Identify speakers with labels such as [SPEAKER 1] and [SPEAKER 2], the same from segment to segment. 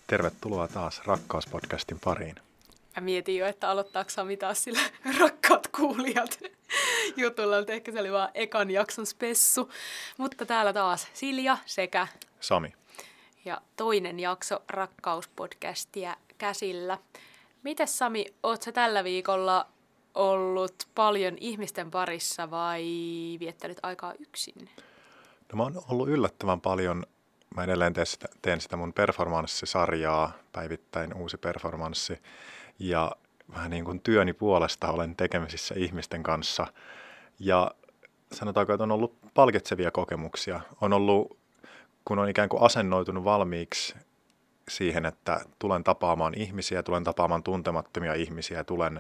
[SPEAKER 1] Tervetuloa taas Rakkauspodcastin pariin.
[SPEAKER 2] Mä mietin jo, että aloittaako Sami taas sillä rakkaat kuulijat jutulla, mutta ehkä se oli vaan ekan jakson spessu. Mutta täällä taas Silja sekä
[SPEAKER 1] Sami.
[SPEAKER 2] Ja toinen jakso Rakkauspodcastia käsillä. Mites Sami, oot sä tällä viikolla ollut paljon ihmisten parissa vai viettänyt aikaa yksin?
[SPEAKER 1] No mä oon ollut yllättävän paljon. Mä edelleen teen sitä mun performanssisarjaa, päivittäin uusi performanssi. Ja vähän niin kuin työni puolesta olen tekemisissä ihmisten kanssa. Ja sanotaanko, että on ollut palkitsevia kokemuksia. On ollut, kun on ikään kuin asennoitunut valmiiksi siihen, että tulen tapaamaan ihmisiä, tulen tapaamaan tuntemattomia ihmisiä, tulen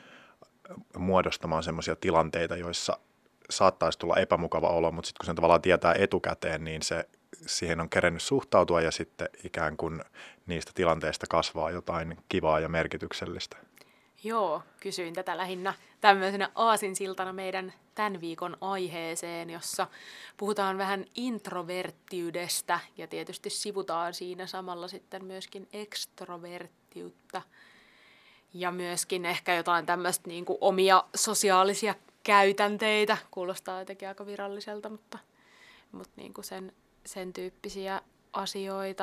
[SPEAKER 1] muodostamaan semmoisia tilanteita, joissa saattaisi tulla epämukava olo, mutta sitten kun sen tavallaan tietää etukäteen, niin siihen on kerennyt suhtautua ja sitten ikään kuin niistä tilanteista kasvaa jotain kivaa ja merkityksellistä.
[SPEAKER 2] Joo, kysyin tätä lähinnä tämmöisenä aasinsiltana meidän tämän viikon aiheeseen, jossa puhutaan vähän introverttiydestä ja tietysti sivutaan siinä samalla sitten myöskin ekstroverttiutta ja myöskin ehkä jotain tämmöistä niin kuin omia sosiaalisia käytänteitä. Kuulostaa jotenkin aika viralliselta, mutta niin kuin sen tyyppisiä asioita.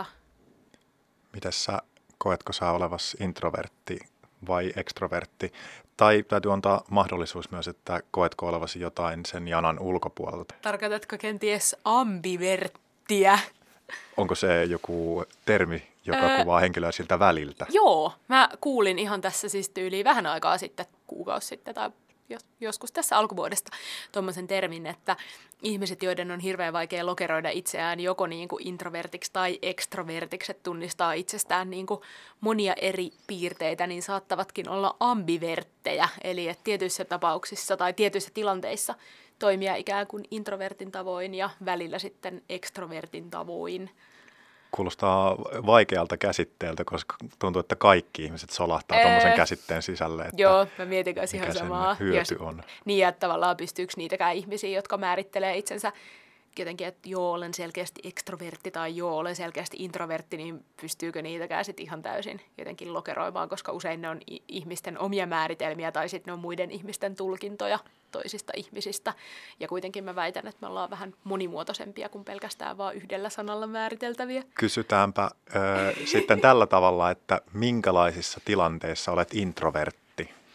[SPEAKER 1] Mites koetko sä olevasi introvertti vai ekstrovertti? Tai täytyy antaa mahdollisuus myös, että koetko olevasi jotain sen janan ulkopuolelta?
[SPEAKER 2] Tarkoitatko kenties ambiverttiä?
[SPEAKER 1] Onko se joku termi, joka kuvaa henkilöä siltä väliltä?
[SPEAKER 2] Joo, mä kuulin ihan tässä siis tyyliin vähän aikaa sitten, kuukausi sitten tai joskus tässä alkuvuodesta tuommoisen termin, että ihmiset, joiden on hirveän vaikea lokeroida itseään joko niin kuin introvertiksi tai ekstrovertiksi, että tunnistaa itsestään niin kuin monia eri piirteitä, niin saattavatkin olla ambiverttejä, eli että tietyissä tapauksissa tai tietyissä tilanteissa toimia ikään kuin introvertin tavoin ja välillä sitten ekstrovertin tavoin.
[SPEAKER 1] Kuulostaa vaikealta käsitteeltä, koska tuntuu, että kaikki ihmiset solahtaa tuommoisen käsitteen sisälle. Että
[SPEAKER 2] joo, mä mietin kanssa ihan samaa.
[SPEAKER 1] Hyöty on.
[SPEAKER 2] Niin, että tavallaan pystyykö niitäkään ihmisiä, jotka määrittelee itsensä jotenkin, että joo, olen selkeästi ekstrovertti tai joo, olen selkeästi introvertti, niin pystyykö niitäkään sitten ihan täysin jotenkin lokeroimaan, koska usein ne on ihmisten omia määritelmiä tai sitten ne on muiden ihmisten tulkintoja toisista ihmisistä. Ja kuitenkin mä väitän, että me ollaan vähän monimuotoisempia kuin pelkästään vaan yhdellä sanalla määriteltäviä.
[SPEAKER 1] Kysytäänpä sitten tällä tavalla, että minkälaisissa tilanteissa olet introvertti?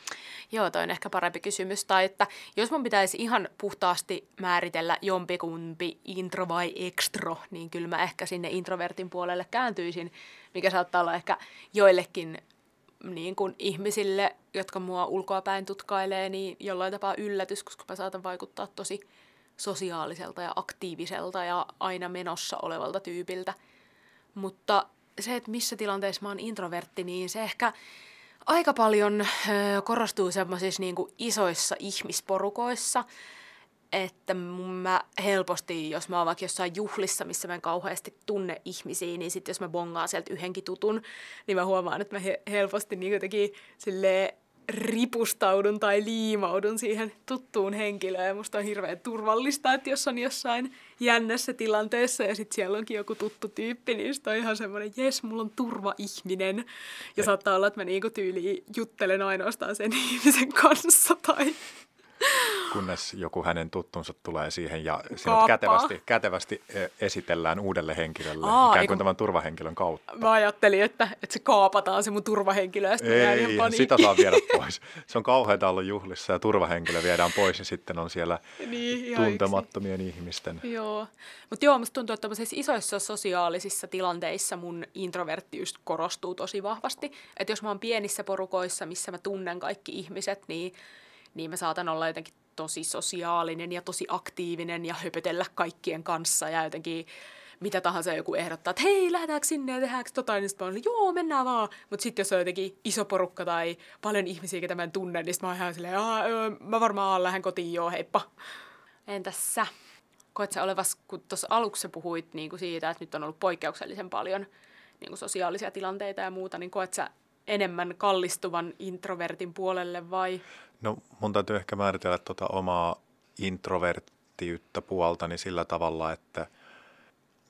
[SPEAKER 2] Joo, toi on ehkä parempi kysymys. Tai että jos mun pitäisi ihan puhtaasti määritellä jompikumpi intro vai ekstro, niin kyllä mä ehkä sinne introvertin puolelle kääntyisin, mikä saattaa olla ehkä joillekin niin kuin ihmisille, jotka mua ulkoapäin tutkailee, niin jollain tapaa yllätys, koska mä saatan vaikuttaa tosi sosiaaliselta ja aktiiviselta ja aina menossa olevalta tyypiltä. Mutta se, että missä tilanteessa mä oon introvertti, niin se ehkä aika paljon korostuu semmoisissa niin kuin isoissa ihmisporukoissa, että mä helposti, jos mä oon vaikka jossain juhlissa, missä mä en kauheasti tunne ihmisiä, niin sitten jos mä bongaan sieltä yhdenkin tutun, niin mä huomaan, että mä helposti niin jotenkin silleen ripustaudun tai liimaudun siihen tuttuun henkilöön. Ja musta on hirveän turvallista, että jos on jossain jännässä tilanteessa ja sitten siellä onkin joku tuttu tyyppi, niin sitten on ihan semmoinen, jes, mulla on turva-ihminen. Ja saattaa olla, että mä niinku tyyliin juttelen ainoastaan sen ihmisen kanssa tai
[SPEAKER 1] kunnes joku hänen tuttunsa tulee siihen ja sinut kätevästi esitellään uudelle henkilölle, ikään kuin tämän turvahenkilön kautta.
[SPEAKER 2] Mä ajattelin, että se kaapataan se mun turvahenkilö.
[SPEAKER 1] Ei, sitä saa viedä pois. Se on kauheata olla juhlissa ja turvahenkilö viedään pois ja sitten on siellä niin, tuntemattomien ihmisten.
[SPEAKER 2] Joo, mutta joo, musta tuntuu, että isoissa sosiaalisissa tilanteissa mun introverttiys korostuu tosi vahvasti. Että jos mä oon pienissä porukoissa, missä mä tunnen kaikki ihmiset, niin mä saatan olla jotenkin tosi sosiaalinen ja tosi aktiivinen ja höpötellä kaikkien kanssa ja jotenkin mitä tahansa joku ehdottaa, että hei, lähdetäänkö sinne ja tehdäänkö tota, niin sitten mä olen, joo, mennään vaan. Mutta sitten jos on jotenkin iso porukka tai paljon ihmisiä, ketä mä en tunne, niin sitten mä oon ihan silleen, mä varmaan lähden kotiin, joo, heippa. Entäs sä? Koet sä olevas, kun tuossa aluksi puhuit niin kuin siitä, että nyt on ollut poikkeuksellisen paljon niin kuin sosiaalisia tilanteita ja muuta, niin koet sä enemmän kallistuvan introvertin puolelle vai?
[SPEAKER 1] No mun täytyy ehkä määritellä omaa introverttiyttä puoltani sillä tavalla, että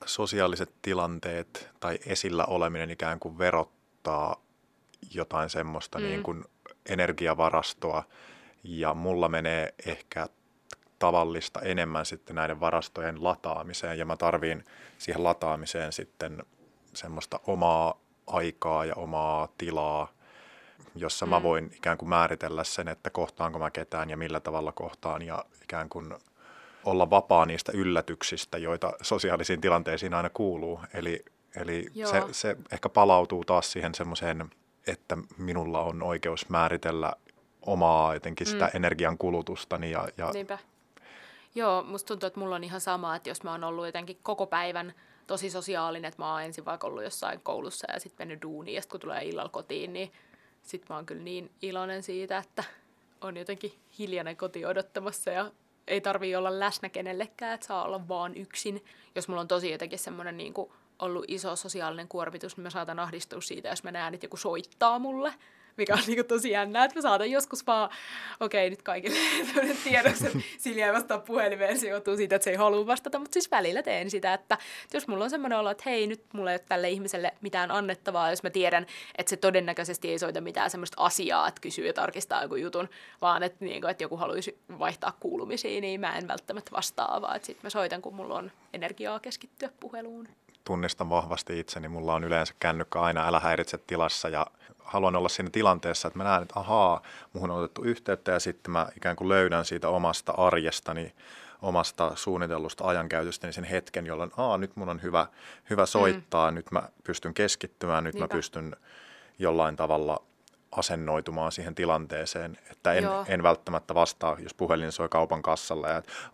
[SPEAKER 1] sosiaaliset tilanteet tai esillä oleminen ikään kuin verottaa jotain semmoista niin kuin energiavarastoa, ja mulla menee ehkä tavallista enemmän sitten näiden varastojen lataamiseen, ja mä tarviin siihen lataamiseen sitten semmoista omaa aikaa ja omaa tilaa, jossa mä voin ikään kuin määritellä sen, että kohtaanko mä ketään ja millä tavalla kohtaan, ja ikään kuin olla vapaa niistä yllätyksistä, joita sosiaalisiin tilanteisiin aina kuuluu. Eli se ehkä palautuu taas siihen semmoiseen, että minulla on oikeus määritellä omaa jotenkin sitä energian kulutustani.
[SPEAKER 2] Niinpä. Joo, musta tuntuu, että mulla on ihan sama, että jos mä oon ollut jotenkin koko päivän tosi sosiaalinen, että mä oon ensin vaikka ollut jossain koulussa ja sitten mennyt duuniin, ja sitten kun tulee illalla kotiin, niin sitten mä oon kyllä niin iloinen siitä, että on jotenkin hiljainen koti odottamassa ja ei tarvitse olla läsnä kenellekään, että saa olla vaan yksin. Jos mulla on tosi jotenkin semmoinen niin kuin ollut iso sosiaalinen kuormitus, niin mä saatan ahdistua siitä, jos mä näen, että joku soittaa mulle, mikä on niin kuin tosi jännää, että mä saatan joskus vaan, nyt kaikille tiedoksi, että Silja ei vastaa puhelimeen, se joutuu siitä, että se ei halua vastata, mutta siis välillä teen sitä, että jos mulla on semmoinen olo, että hei, nyt mulla ei ole tälle ihmiselle mitään annettavaa, jos mä tiedän, että se todennäköisesti ei soita mitään semmoista asiaa, että kysyy ja tarkistaa joku jutun, vaan että, niin kuin, että joku haluaisi vaihtaa kuulumisia, niin mä en välttämättä vastaa, vaan että sitten mä soitan, kun mulla on energiaa keskittyä puheluun.
[SPEAKER 1] Tunnistan vahvasti itseni. Mulla on yleensä kännykkä aina älä häiritse tilassa, ja haluan olla siinä tilanteessa, että mä näen, että muhun on otettu yhteyttä, ja sitten mä ikään kuin löydän siitä omasta arjestani, omasta suunnitellusta ajankäytöstäni sen hetken, jolloin nyt mun on hyvä soittaa, nyt mä pystyn keskittymään, nyt mä pystyn jollain tavalla asennoitumaan siihen tilanteeseen, että en välttämättä vastaa, jos puhelin soi kaupan kassalla, ja että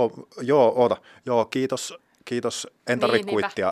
[SPEAKER 1] kiitos, en tarvitse kuittia,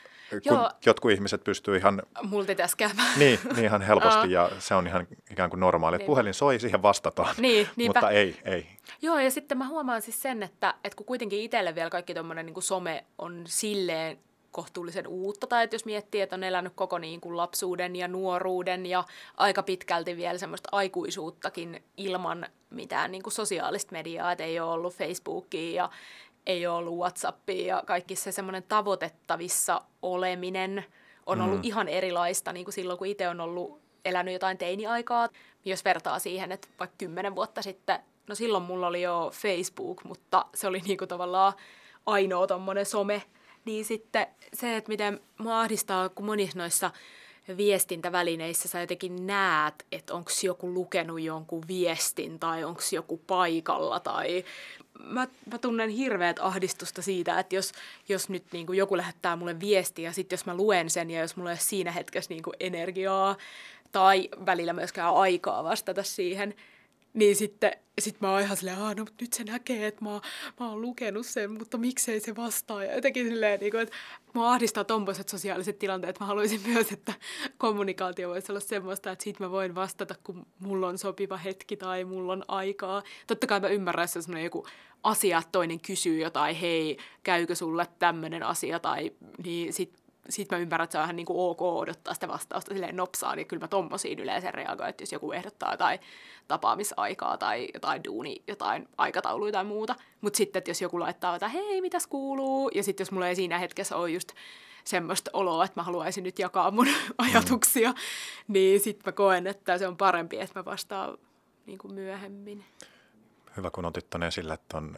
[SPEAKER 1] kun jotkut ihmiset pystyy ihan
[SPEAKER 2] multitaskaamaan.
[SPEAKER 1] Niin ihan helposti, ja se on ihan ikään kuin normaali, että puhelin soi, siihen vastataan, mutta ei.
[SPEAKER 2] Joo, ja sitten mä huomaan siis sen, että kun kuitenkin itselle vielä kaikki tommoinen niin kuin some on silleen kohtuullisen uutta, tai että jos miettii, että on elänyt koko niin kuin lapsuuden ja nuoruuden ja aika pitkälti vielä semmoista aikuisuuttakin ilman mitään niin kuin sosiaalista mediaa, että ei ole ollut Facebookia ja ei ole ollut WhatsAppia, ja kaikki se semmoinen tavoitettavissa oleminen on ollut ihan erilaista niin kuin silloin, kun itse on elänyt jotain teini-aikaa. Jos vertaa siihen, että vaikka 10 vuotta sitten, no silloin mulla oli jo Facebook, mutta se oli niin kuin tavallaan ainoa tommoinen some. Niin sitten se, että miten mua ahdistaa, kun monissa noissa viestintävälineissä sä jotenkin näet, että onko joku lukenut jonkun viestin tai onko joku paikalla. Tai mä tunnen hirveät ahdistusta siitä, että jos nyt niin kuin joku lähettää mulle viestiä ja sitten jos mä luen sen ja jos mulla ei ole siinä hetkessä niin kuin energiaa tai välillä myöskään aikaa vastata siihen, niin sitten mä oon ihan silleen, no nyt se näkee, että mä oon lukenut sen, mutta miksei se vastaa. Ja jotenkin silleen, että mä ahdistaa tommoiset sosiaaliset tilanteet. Mä haluaisin myös, että kommunikaatio voisi olla semmoista, että siitä mä voin vastata, kun mulla on sopiva hetki tai mulla on aikaa. Totta kai mä ymmärrän, että semmoinen joku asia, että toinen kysyy jotain, hei, käykö sulle tämmöinen asia, tai niin sitten mä ymmärrän, että se on ihan niin kuin ok odottaa sitä vastausta silleen nopsaan, ja kyllä mä tommosiin yleensä reagoin, että jos joku ehdottaa jotain tapaamisaikaa tai jotain jotain aikatauluja tai muuta. Mutta sitten, että jos joku laittaa jotain, hei, mitäs kuuluu, ja sitten jos mulla ei siinä hetkessä ole just semmoista oloa, että mä haluaisin nyt jakaa mun ajatuksia, niin sitten mä koen, että se on parempi, että mä vastaan niin kuin myöhemmin.
[SPEAKER 1] Hyvä, kun otit ton esille, että on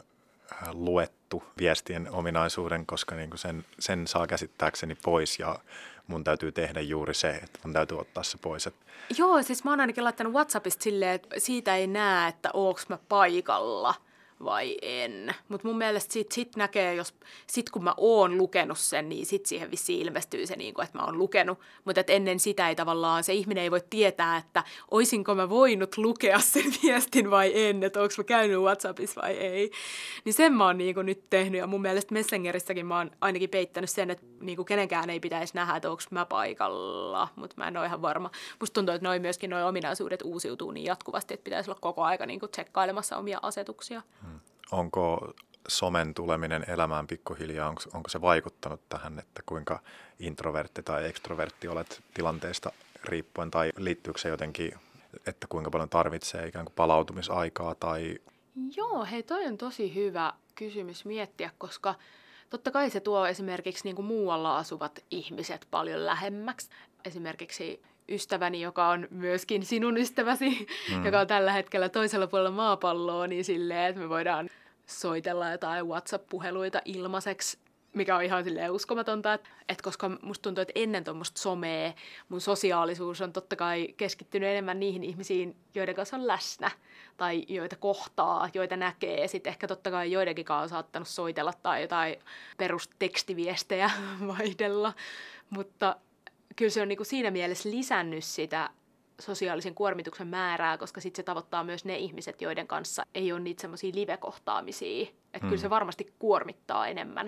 [SPEAKER 1] luettu viestien ominaisuuden, koska niin kuin sen saa käsittääkseni pois, ja mun täytyy tehdä juuri se, että mun täytyy ottaa se pois.
[SPEAKER 2] Joo, siis mä oon ainakin laittanut WhatsAppista silleen, että siitä ei näe, että oonko mä paikalla vai en. Mutta mun mielestä sit näkee, sit kun mä oon lukenut sen, niin sit siihen vissiin ilmestyy se, niin kuin, että mä oon lukenut. Mutta ennen sitä ei tavallaan, se ihminen ei voi tietää, että oisinko mä voinut lukea sen viestin vai en, että onko mä käynyt WhatsAppissa vai ei. Niin sen mä oon niin kuin nyt tehnyt, ja mun mielestä Messengerissäkin mä oon ainakin peittänyt sen, että niin kuin kenenkään ei pitäisi nähdä, että onko mä paikalla, mutta mä en ole ihan varma. Musta tuntuu, että myöskin noi ominaisuudet uusiutuu niin jatkuvasti, että pitäisi olla koko aika niin kuin tsekkailemassa omia asetuksia.
[SPEAKER 1] Onko somen tuleminen elämään pikkuhiljaa, onko se vaikuttanut tähän, että kuinka introvertti tai ekstrovertti olet tilanteesta riippuen, tai liittyykö se jotenkin, että kuinka paljon tarvitsee ikään kuin palautumisaikaa? Tai...
[SPEAKER 2] Joo, hei, toi on tosi hyvä kysymys miettiä, koska totta kai se tuo esimerkiksi niin kuin muualla asuvat ihmiset paljon lähemmäksi. Esimerkiksi ystäväni, joka on myöskin sinun ystäväsi, joka on tällä hetkellä toisella puolella maapalloa, niin silleen, että me voidaan soitella jotain WhatsApp-puheluita ilmaiseksi, mikä on ihan silleen uskomatonta, että koska musta tuntuu, että ennen tuommoista somea mun sosiaalisuus on totta kai keskittynyt enemmän niihin ihmisiin, joiden kanssa on läsnä tai joita kohtaa, joita näkee. Sitten ehkä totta kai joidenkin kanssa on saattanut soitella tai jotain perustekstiviestejä vaihdella, mutta kyllä se on niinku siinä mielessä lisännyt sitä sosiaalisen kuormituksen määrää, koska sitten se tavoittaa myös ne ihmiset, joiden kanssa ei ole niitä semmoisia live-kohtaamisia. Että kyllä se varmasti kuormittaa enemmän.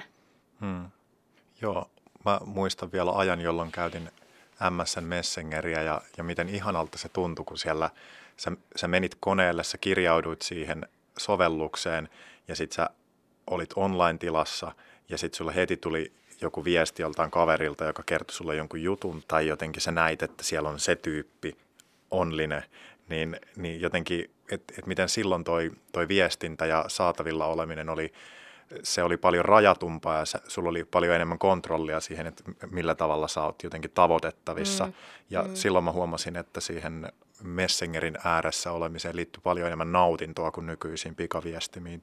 [SPEAKER 1] Joo, mä muistan vielä ajan, jolloin käytin MSN Messengeriä ja miten ihanalta se tuntui, kun siellä sä menit koneelle, sä kirjauduit siihen sovellukseen ja sit sä olit online-tilassa ja sit sulle heti tuli joku viesti joltain kaverilta, joka kertoi sulle jonkun jutun tai jotenkin sä näit, että siellä on se tyyppi online, niin jotenkin, että miten silloin toi viestintä ja saatavilla oleminen se oli paljon rajatumpaa ja sulla oli paljon enemmän kontrollia siihen, että millä tavalla sä oot jotenkin tavoitettavissa. Silloin mä huomasin, että siihen Messengerin ääressä olemiseen liittyy paljon enemmän nautintoa kuin nykyisiin pikaviestimiin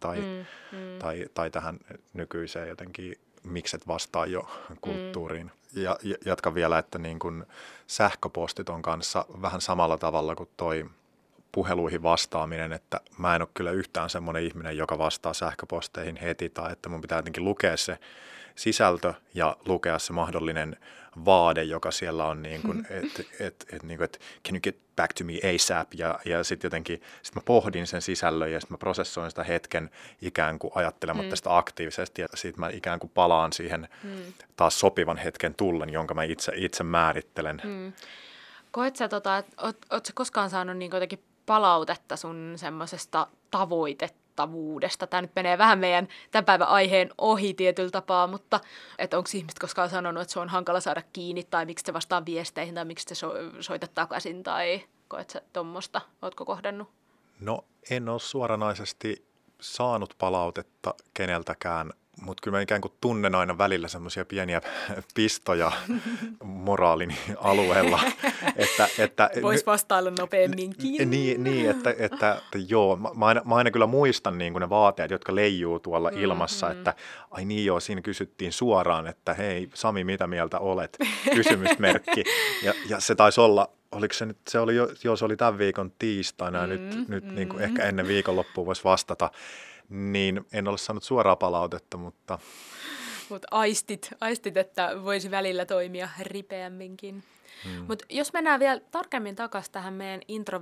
[SPEAKER 1] tai tähän nykyiseen jotenkin mikset vastaa jo kulttuuriin. Ja jatkan vielä, että niin kun sähköpostit on kanssa vähän samalla tavalla kuin toi puheluihin vastaaminen, että mä en ole kyllä yhtään semmoinen ihminen, joka vastaa sähköposteihin heti, tai että mun pitää jotenkin lukea se sisältö ja lukea se mahdollinen vaade, joka siellä on, niin kuin, että can you get back to me ASAP, ja sitten jotenkin mä pohdin sen sisällön, ja sitten mä prosessoin sitä hetken ikään kuin ajattelematta sitä aktiivisesti, ja sitten mä ikään kuin palaan siihen taas sopivan hetken tullen, jonka mä itse määrittelen.
[SPEAKER 2] Koet sä, että oot sä koskaan saanut niin jotenkin palautetta sun semmoisesta tavoitettavuudesta? Tämä nyt menee vähän meidän tämän päivän aiheen ohi tietyllä tapaa, mutta että onko ihmiset koskaan sanonut, että se on hankala saada kiinni, tai miksi te vastaa viesteihin, tai miksi te soitat takaisin, tai koet sä tuommoista? Ootko kohdannut?
[SPEAKER 1] No, en ole suoranaisesti saanut palautetta keneltäkään, mutta kyllä mä ikään kuin tunnen aina välillä semmoisia pieniä pistoja moraalin alueella. että
[SPEAKER 2] voisi vastailla nopeamminkin.
[SPEAKER 1] Niin, että joo, mä aina kyllä muistan niin kuin ne vaateet, jotka leijuu tuolla ilmassa, että ai niin joo, siinä kysyttiin suoraan, että hei Sami, mitä mieltä olet? Kysymysmerkki. Ja se taisi olla, oliko se nyt, se oli tämän viikon tiistaina ja nyt niin kuin ehkä ennen viikonloppua voisi vastata. Niin en ole saanut suoraa palautetta, mutta...
[SPEAKER 2] Mutta aistit, että voisi välillä toimia ripeämminkin. Mutta jos mennään vielä tarkemmin takaisin tähän meidän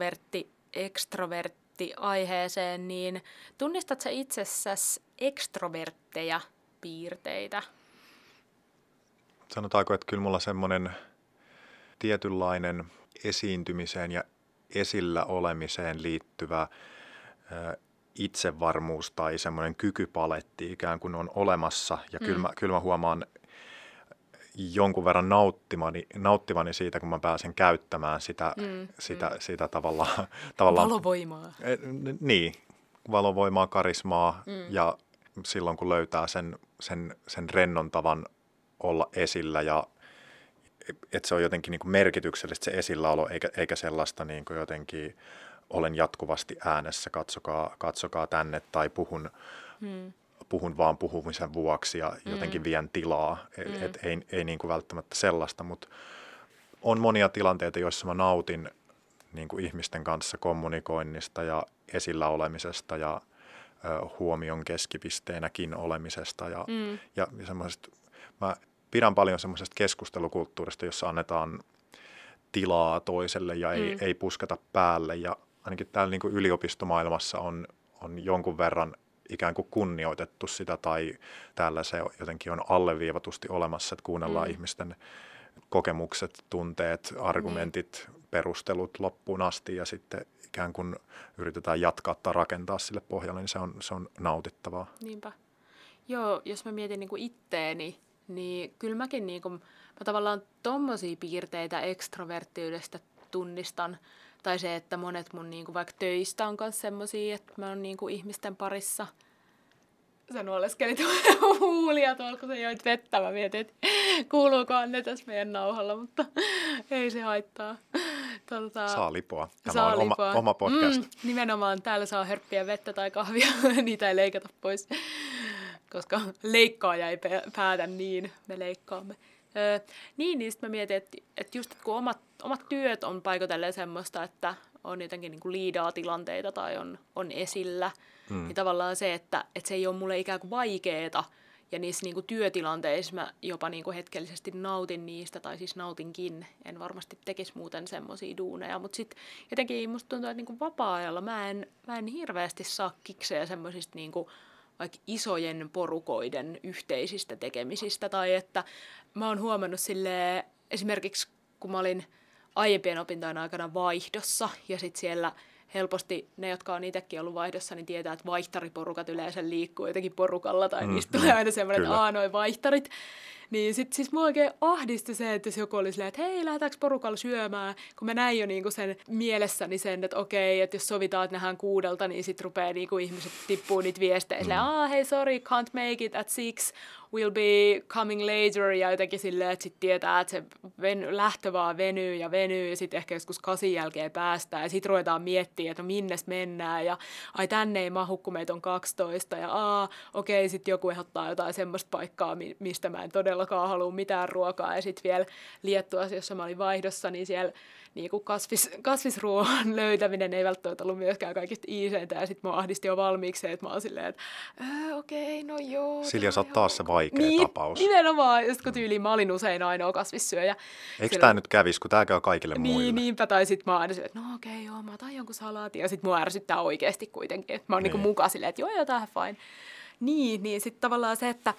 [SPEAKER 2] introvertti-ekstrovertti-aiheeseen, niin tunnistat sä itsessäsi ekstrovertteja piirteitä?
[SPEAKER 1] Sanotaanko, että kyllä mulla semmoinen tietynlainen esiintymiseen ja esillä olemiseen liittyvä itsevarmuus tai semmoinen kykypaletti ikään kuin on olemassa. Ja kyllä mä huomaan jonkun verran nauttivani siitä, kun mä pääsen käyttämään sitä tavallaan...
[SPEAKER 2] Valovoimaa.
[SPEAKER 1] Niin, valovoimaa, karismaa ja silloin kun löytää sen rennon tavan olla esillä ja että se on jotenkin niin kuin merkityksellistä se esilläolo eikä sellaista niin kuin jotenkin... olen jatkuvasti äänessä, katsokaa tänne tai puhun vaan puhumisen vuoksi ja jotenkin vien tilaa. Ei niin kuin välttämättä sellaista, mutta on monia tilanteita, joissa mä nautin niin kuin ihmisten kanssa kommunikoinnista ja esillä olemisesta ja huomion keskipisteenäkin olemisesta. Ja semmoisesta, mä pidän paljon semmoisesta keskustelukulttuurista, jossa annetaan tilaa toiselle ja ei pusketa päälle ja ainakin täällä niin kuin yliopistomaailmassa on jonkun verran ikään kuin kunnioitettu sitä tai täällä se jotenkin on alleviivatusti olemassa, että kuunnellaan ihmisten kokemukset, tunteet, argumentit, perustelut loppuun asti ja sitten ikään kuin yritetään jatkaa tai rakentaa sille pohjalle, niin se on nautittavaa.
[SPEAKER 2] Niinpä. Joo, jos mä mietin niin kuin itteeni, niin kyllä mäkin niin kuin, mä tavallaan tommosia piirteitä ekstroverttiydestä tunnistan. Tai se, että monet mun niinku vaikka töistä on myös semmosia, että mä oon niinku ihmisten parissa sä nuoleskelit huulia tuolla, kun sä joit vettä. Mä mietin, että kuuluukohan ne tässä meidän nauhalla, mutta ei se haittaa.
[SPEAKER 1] Saa lipoa. Tämä
[SPEAKER 2] saa
[SPEAKER 1] on
[SPEAKER 2] lipoa.
[SPEAKER 1] oma podcast.
[SPEAKER 2] Nimenomaan täällä saa hörppiä vettä tai kahvia. Niitä ei leikata pois, koska leikkaaja ei päätä niin. Me leikkaamme. Niin sitten mä mietin, että just kun omat työt on paikoitelleen semmoista, että on jotenkin niin kuin liidaa tilanteita tai on esillä, niin tavallaan se, että se ei ole mulle ikään kuin vaikeeta. Ja niissä niin kuin työtilanteissa mä jopa niin kuin hetkellisesti nautin niistä, tai siis nautinkin. En varmasti tekisi muuten semmoisia duuneja, mutta sitten jotenkin musta tuntuu, että niin kuin vapaa-ajalla mä en hirveästi saa kiksejä semmoisista niin kuin vaikka isojen porukoiden yhteisistä tekemisistä. Tai että mä oon huomannut silleen, esimerkiksi kun mä olin aiempien opintojen aikana vaihdossa, ja sitten siellä helposti ne, jotka on itsekin ollut vaihdossa, niin tietää, että vaihtariporukat yleensä liikkuu jotenkin porukalla, tai niistä tulee aina semmoinen, että noi vaihtarit. Niin sitten siis mua oikein ahdisti se, että jos joku oli silleen, että hei, lähdetäänkö porukalla syömään, kun mä näin jo niinku sen mielessäni sen, että okei, että jos sovitaan, että nähdään 6, niin sitten rupeaa niinku ihmiset tippuu niitä viestejä, silleen, hei, sorry, can't make it at 6, we'll be coming later, ja jotenkin silleen, että sitten tietää, että se lähtö vaan venyy, ja sitten ehkä joskus 8 jälkeen päästään, ja sitten ruvetaan miettimään, että minnes mennään, ja ai tänne ei mahu, kun meitä on 12, ja okei, sitten joku ehdottaa jotain semmoista paikkaa, mistä mä en todellakaan halua mitään ruokaa, ja sitten vielä Liettuassa, jossa mä olin vaihdossa, niin siellä niinku kasvisruoan löytäminen ei välttämättä ollut myöskään kaikista iiseintä, ja sitten mä ahdisti jo valmiiksi, että mä oon silleen, että okei, no joo.
[SPEAKER 1] Silja, sä oot taas se vaikea tapaus.
[SPEAKER 2] Nimenomaan, just kun tyyliin mä olin usein ainoa kasvissyöjä.
[SPEAKER 1] Eikö tää nyt kävis, kun tää käy kaikille muille?
[SPEAKER 2] Niinpä, tai sit mä oon aina silleen, että no okei, joo, mä otan jonkun salaatin, ja sit mua ärsyttää oikeesti kuitenkin, että mä oon niinku mukaan silleen, että joo, tämähän fine. Niin sit tavallaan se, että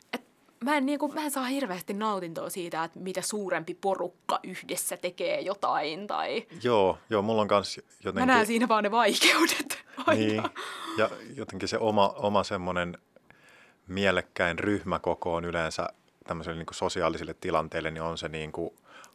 [SPEAKER 2] mä en saa hirveästi nautintoa siitä, että mitä suurempi porukka yhdessä tekee jotain. Tai
[SPEAKER 1] Joo, mulla on kans jotenkin...
[SPEAKER 2] Mä näen siinä vaan ne vaikeudet.
[SPEAKER 1] Niin, ja jotenkin se oma semmoinen mielekkäin ryhmäkoko on yleensä tämmöiselle niin kuin sosiaalisille tilanteille, niin on se niin kuin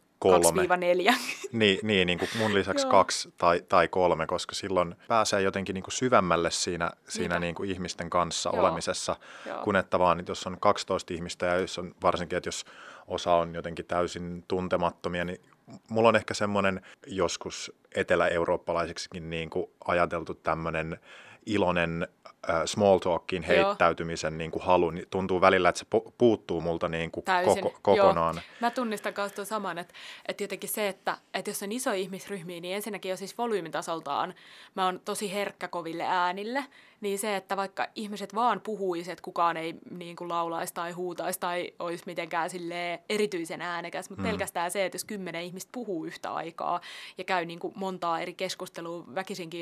[SPEAKER 1] 3.
[SPEAKER 2] 2-4.
[SPEAKER 1] niin kuin mun lisäksi 2 tai 3, koska silloin pääsee jotenkin niin kuin syvemmälle siinä niin kuin ihmisten kanssa olemisessa, kun että vaan, jos on 12 ihmistä ja jos on, varsinkin, että jos osa on jotenkin täysin tuntemattomia, niin mulla on ehkä semmoinen joskus etelä-eurooppalaiseksikin niin kuin ajateltu tämmöinen iloinen small talkiin heittäytymisen niin kuin halu, niin tuntuu välillä, että se puuttuu multa niin kuin kokonaan.
[SPEAKER 2] Joo. Mä tunnistan myös tuon saman, että jotenkin se, että jos on iso ihmisryhmiä, niin ensinnäkin jo siis volyymitasoltaan mä oon tosi herkkä koville äänille, niin se, että vaikka ihmiset vaan puhuisi, että kukaan ei niin kuin laulaisi tai huutaisi tai olisi mitenkään silleen erityisen äänekäs, mutta pelkästään se, että jos 10 ihmistä puhuu yhtä aikaa ja käy niin kuin montaa eri keskustelua väkisinkin,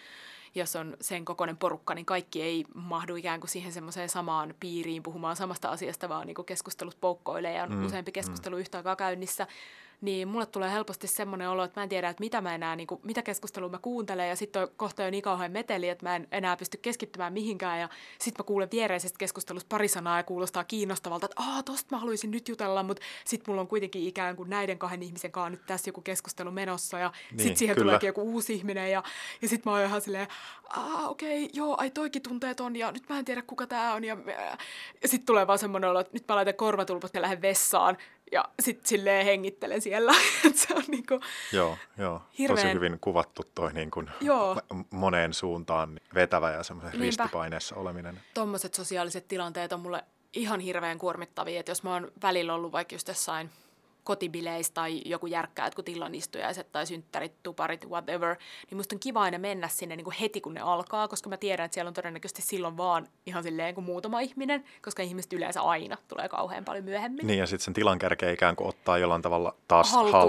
[SPEAKER 2] jos on sen kokoinen porukka, niin kaikki ei mahdu ikään kuin siihen semmoiseen samaan piiriin puhumaan samasta asiasta, vaan niin kuin keskustelut poukkoilee ja on useampi keskustelu yhtä aikaa käynnissä. Niin mulle tulee helposti semmoinen olo, että mä en tiedä, että mitä mä enää, niin kuin, mitä keskustelua mä kuuntelen, ja sitten on kohta jo niin kauhean meteli, että mä en enää pysty keskittymään mihinkään, ja sitten mä kuulen viereisestä keskustelusta pari sanaa, ja kuulostaa kiinnostavalta, että tosta mä haluaisin nyt jutella, mutta sitten mulla on kuitenkin ikään kuin näiden 2 ihmisen kanssa nyt tässä joku keskustelu menossa, ja sitten siihen tuleekin joku uusi ihminen, ja sitten mä oon ihan silleen, okei, joo, ai toikin tunteet on, ja nyt mä en tiedä, kuka tää on, ja sitten tulee vaan semmoinen olo, että nyt mä laitan korvatulpat ja lähden vessaan, ja sitten silleen hengittelen siellä. Se on niinku
[SPEAKER 1] Joo, hirveän... tosi hyvin kuvattu toi niin kuin moneen suuntaan vetävä ja semmoisen ristipaineessa oleminen.
[SPEAKER 2] Tommoset sosiaaliset tilanteet on mulle ihan hirveän kuormittavia, että jos mä oon välillä ollut vaikka just jossain kotibileissä tai joku järkkää, kun tillan istujaiset tai synttärit, tuparit, whatever, niin musta on kiva aina mennä sinne niin kuin heti, kun ne alkaa, koska mä tiedän, että siellä on todennäköisesti silloin vaan ihan silleen kuin muutama ihminen, koska ihmiset yleensä aina tulee kauhean paljon myöhemmin.
[SPEAKER 1] Niin, ja sitten sen tilan kärkeä ikään kuin ottaa jollain tavalla taas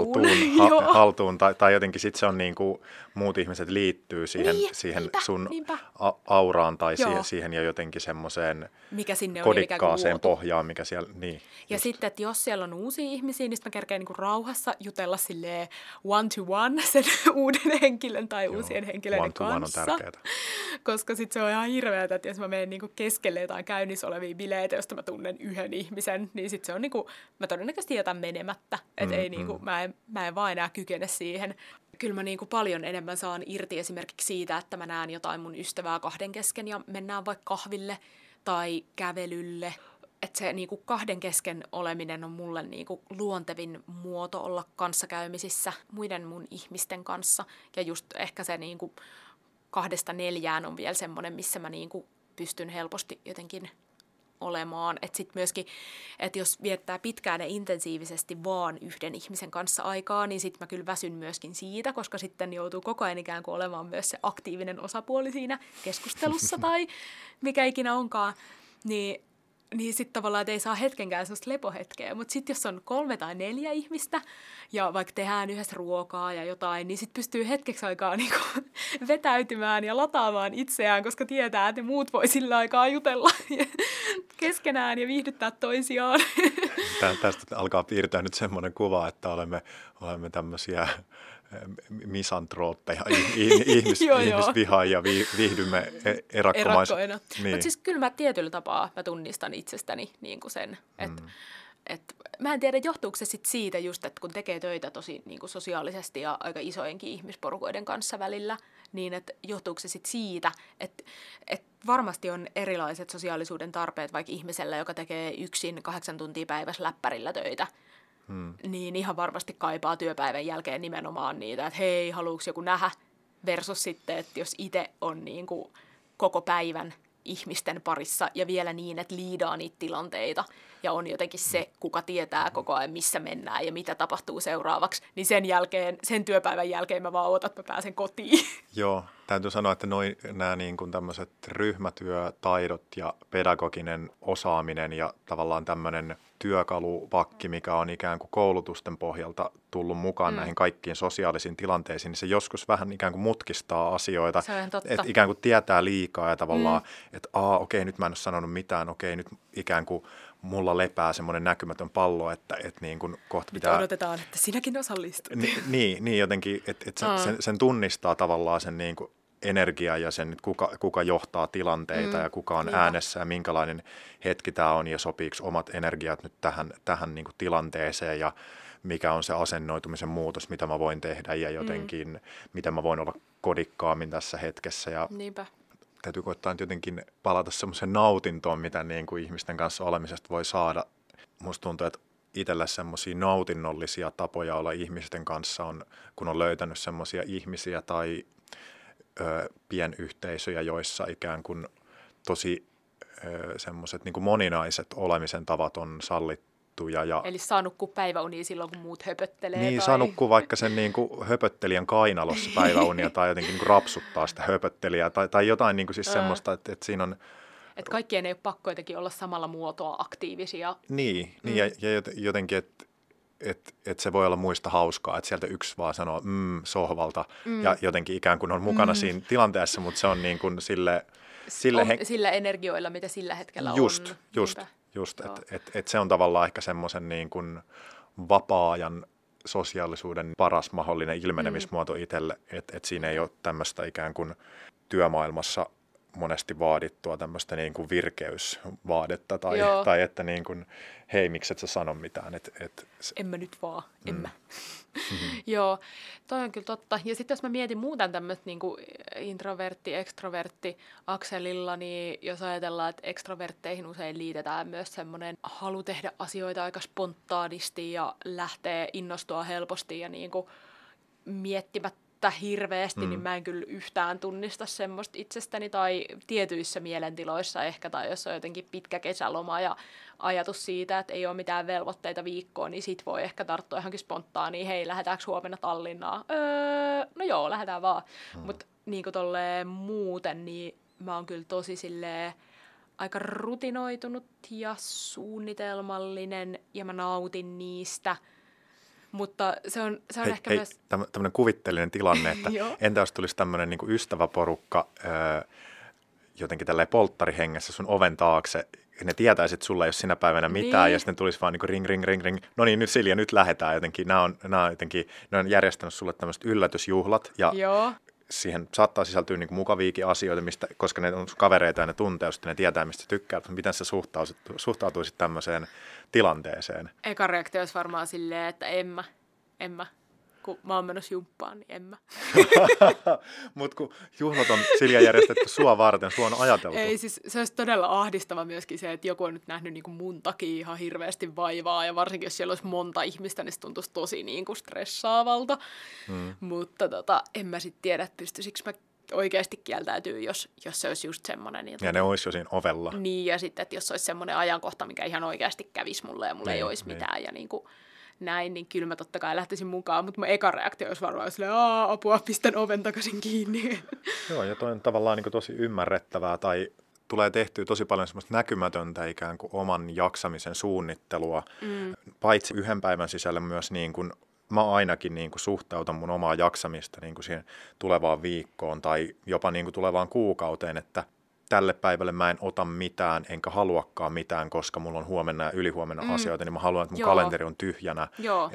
[SPEAKER 1] haltuun tai jotenkin sitten se on niin kuin muut ihmiset liittyy siihen sun auraan tai siihen ja jotenkin semmoiseen kodikkaaseen pohjaan, mikä siellä,
[SPEAKER 2] Ja sitten, että jos siellä on uusia ihmisiä, niin mä kerkeen niinku rauhassa jutella silleen one-to-one sen uuden henkilön tai uusien henkilöiden kanssa.
[SPEAKER 1] On tärkeää.
[SPEAKER 2] Koska sitten se on ihan hirveätä, että jos mä menen niinku keskelle jotain käynnissä olevia bileitä, josta mä tunnen yhden ihmisen, niin sitten se on niinku, mä todennäköisesti jätän menemättä. Että ei niinku, mä en vaan enää kykene siihen. Kyllä mä niinku paljon enemmän saan irti esimerkiksi siitä, että mä näen jotain mun ystävää 2 kesken ja mennään vaikka kahville. tai kävelylle. Että se niinku kahden kesken oleminen on mulle niinku luontevin muoto olla kanssakäymisissä muiden mun ihmisten kanssa. Ja just ehkä se niinku 2-4 on vielä semmoinen, missä mä niinku pystyn helposti jotenkin olemaan. Että sitten myöskin, että jos viettää pitkään ja intensiivisesti vaan yhden ihmisen kanssa aikaa, niin sitten mä kyllä väsyn myöskin siitä, koska sitten joutuu koko ajan ikään kuin olemaan myös se aktiivinen osapuoli siinä keskustelussa tai mikä ikinä onkaan. Niin sitten tavallaan, että ei saa hetkenkään sellaista lepohetkeä. Mutta sitten jos on 3 tai 4 ihmistä ja vaikka tehdään yhdessä ruokaa ja jotain, niin sitten pystyy hetkeksi aikaa niinku vetäytymään ja lataamaan itseään, koska tietää, että muut voi sillä aikaa jutella keskenään ja viihdyttää toisiaan.
[SPEAKER 1] Tästä alkaa piirtää nyt semmoinen kuva, että olemme tämmöisiä misantrooppeja, ihmisvihaajia, viihdymme erakkomaissa.
[SPEAKER 2] Niin. Mutta siis kyllä mä tietyllä tapaa mä tunnistan itsestäni niin kuin sen, että mä en tiedä, johtuuko se sit siitä just, että kun tekee töitä tosi niin kuin sosiaalisesti ja aika isojenkin ihmisporukoiden kanssa välillä, niin että johtuuko se sit siitä, että varmasti on erilaiset sosiaalisuuden tarpeet vaikka ihmisellä, joka tekee yksin 8 tuntia päivässä läppärillä töitä, niin ihan varmasti kaipaa työpäivän jälkeen nimenomaan niitä, että hei, haluuks joku nähdä, versus sitten, että jos itse on niin kuin koko päivän ihmisten parissa ja vielä niin, että liidaa niitä tilanteita ja on jotenkin se, kuka tietää koko ajan, missä mennään ja mitä tapahtuu seuraavaksi, niin sen työpäivän jälkeen mä vaan ootan, että mä pääsen kotiin.
[SPEAKER 1] Joo, täytyy sanoa, että nämä niin kuin tämmöiset ryhmätyötaidot ja pedagoginen osaaminen ja tavallaan tämmöinen työkalupakki, mikä on ikään kuin koulutusten pohjalta tullut mukaan näihin kaikkiin sosiaalisiin tilanteisiin, niin se joskus vähän ikään kuin mutkistaa asioita, että ikään kuin tietää liikaa ja tavallaan, että okei, nyt mä en ole sanonut mitään, okei, nyt ikään kuin mulla lepää semmoinen näkymätön pallo, että niin kuin kohta pitää...
[SPEAKER 2] Nyt odotetaan, että sinäkin osallistut.
[SPEAKER 1] Niin jotenkin, että sen tunnistaa tavallaan sen niin kuin energia ja sen, kuka johtaa tilanteita ja kuka on äänessä ja minkälainen hetki tämä on ja sopiiko omat energiat nyt tähän niin kuin tilanteeseen ja mikä on se asennoitumisen muutos, mitä mä voin tehdä ja jotenkin, miten mä voin olla kodikkaammin tässä hetkessä. Ja
[SPEAKER 2] niinpä.
[SPEAKER 1] Täytyy koittaa nyt jotenkin palata semmoiseen nautintoon, mitä niin kuin ihmisten kanssa olemisesta voi saada. Musta tuntuu, että itselle semmoisia nautinnollisia tapoja olla ihmisten kanssa on, kun on löytänyt semmoisia ihmisiä tai pienyhteisöjä, joissa ikään kuin tosi semmoiset niin kuin moninaiset olemisen tavat on sallittuja.
[SPEAKER 2] Eli saa nukkua päiväunia silloin, kun muut höpöttelee.
[SPEAKER 1] Niin,
[SPEAKER 2] tai...
[SPEAKER 1] saa nukkua vaikka sen niin kuin höpöttelijän kainalossa päiväunia tai jotenkin niin kuin rapsuttaa sitä höpöttelijää tai jotain niin kuin siis semmoista, että siinä on...
[SPEAKER 2] Että kaikkien ei ole pakko jotenkin olla samalla muotoa aktiivisia.
[SPEAKER 1] Niin ja jotenkin, että se voi olla muista hauskaa, että sieltä yksi vaan sanoo sohvalta ja jotenkin ikään kuin on mukana siinä tilanteessa, mutta se on niin kuin
[SPEAKER 2] sillä energioilla, mitä sillä hetkellä on.
[SPEAKER 1] Just että se on tavallaan ehkä semmoisen niin kuin vapaa-ajan sosiaalisuuden paras mahdollinen ilmenemismuoto itselle, että siinä ei ole tämmöistä ikään kuin työmaailmassa monesti vaadittua tämmöistä niin kuin virkeysvaadetta tai että niin kuin, hei, miksi et sä sano mitään.
[SPEAKER 2] En mä nyt vaan, en mä. Joo, toi on kyllä totta. Ja sitten jos mä mietin muuten tämmöistä niin kuin introvertti-extrovertti akselilla, niin jos ajatellaan, että extrovertteihin usein liitetään myös semmoinen halu tehdä asioita aika spontaanisti ja lähtee innostua helposti ja niin kuin miettimättä hirveästi, niin mä en kyllä yhtään tunnista semmoista itsestäni tai tietyissä mielentiloissa ehkä, tai jos on jotenkin pitkä kesäloma ja ajatus siitä, että ei ole mitään velvoitteita viikkoon, niin sit voi ehkä tarttua johonkin spontaaniin, hei, lähdetäänkö huomenna Tallinnaan? No joo, lähdetään vaan. Mutta niin kuin tolleen muuten, niin mä oon kyllä tosi silleen aika rutinoitunut ja suunnitelmallinen, ja mä nautin niistä. Mutta se on ehkä myös...
[SPEAKER 1] Tämmöinen kuvitteellinen tilanne, että entä jos tulisi tämmöinen niin kuin ystäväporukka jotenkin tälleen polttarihengessä sun oven taakse, ne tietäisi, että sulla ei ole sinä päivänä mitään, ja sitten tulisi vaan niin kuin ring. No niin, nyt Silja, nyt lähdetään jotenkin. Ne on järjestänyt sulle tämmöiset yllätysjuhlat, ja siihen saattaa sisältyä niin kuin mukaviakin asioita, koska ne on kavereita ja ne tuntee, jos ne tietää, mistä sä tykkäät, mutta miten sä suhtautuisit tämmöiseen tilanteeseen?
[SPEAKER 2] Eka reaktio olisi varmaan silleen, että en mä. kun mä oon menossa jumppaan, niin en mä.
[SPEAKER 1] Mutta kun juhlat on Silja järjestetty sua varten, sua on ajateltu.
[SPEAKER 2] Ei, siis se olisi todella ahdistava myöskin se, että joku on nyt nähnyt niin kuin mun takia ihan hirveästi vaivaa, ja varsinkin jos siellä olisi monta ihmistä, niin se tuntuisi tosi niin kuin stressaavalta. Mutta en mä sitten tiedä, että pystyisikö mä oikeasti kieltäytyy, jos se olisi just semmoinen.
[SPEAKER 1] Ja ne olisi jo siinä ovella.
[SPEAKER 2] Niin, ja sitten, että jos olisi semmoinen ajankohta, mikä ihan oikeasti kävisi mulle ja mulle ei olisi mitään, ja niin kuin näin, niin kyllä mä totta kai lähtisin mukaan, mutta mun eka reaktio olisi varmaan silleen, apua, pistän oven takaisin kiinni.
[SPEAKER 1] Joo, ja toi on tavallaan niin kuin tosi ymmärrettävää, tai tulee tehtyä tosi paljon semmoista näkymätöntä ikään kuin oman jaksamisen suunnittelua, paitsi yhden päivän sisällä myös niin kuin mä ainakin niin kuin suhtautan mun omaa jaksamista niin kuin siihen tulevaan viikkoon tai jopa niin kuin tulevaan kuukauteen, että tälle päivälle mä en ota mitään, enkä haluakaan mitään, koska mulla on huomenna ja ylihuomenna asioita, niin mä haluan, että mun kalenteri on tyhjänä.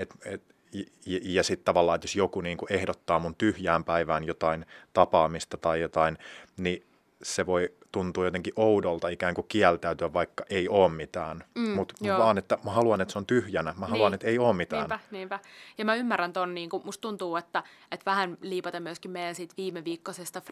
[SPEAKER 1] Ja sitten tavallaan, että jos joku niin kuin ehdottaa mun tyhjään päivään jotain tapaamista tai jotain, niin se voi tuntua jotenkin oudolta ikään kuin kieltäytyä, vaikka ei ole mitään. Mutta vaan, että mä haluan, että se on tyhjänä. Mä haluan, että ei ole mitään.
[SPEAKER 2] Niinpä. Ja mä ymmärrän ton, niin kuin musta tuntuu, että vähän liipaten myöskin meidän siitä viime viikkoisesta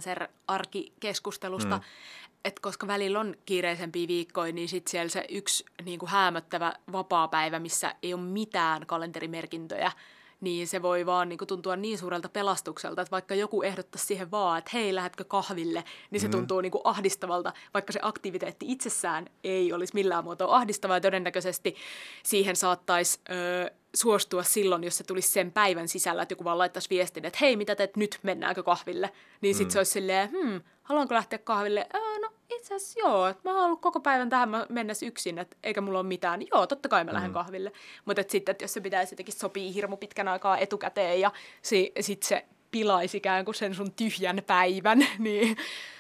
[SPEAKER 2] freelancer-arkikeskustelusta, että koska välillä on kiireisempiä viikkoja, niin sitten siellä se yksi niin kuin häämöttävä vapaapäivä, missä ei ole mitään kalenterimerkintöjä, niin se voi vaan niin kuin tuntua niin suurelta pelastukselta, että vaikka joku ehdottaisi siihen vaan, että hei, lähdetkö kahville, niin se tuntuu niin kuin ahdistavalta, vaikka se aktiviteetti itsessään ei olisi millään muotoa ahdistavaa, ja todennäköisesti siihen saattaisi suostua silloin, jos se tulisi sen päivän sisällä, että joku vaan laittaisi viestin, että hei, mitä teet nyt, mennäänkö kahville, niin sitten se olisi silleen, haluanko lähteä kahville? No itse asiassa joo, että mä oon ollut koko päivän tähän mennessä yksin, että eikä mulla ole mitään. Joo, totta kai mä lähden kahville. Mutta sitten, että jos se pitäisi jotenkin sopii hirmu pitkän aikaa etukäteen ja sitten se pilaisi ikään kuin sen sun tyhjän päivän, niin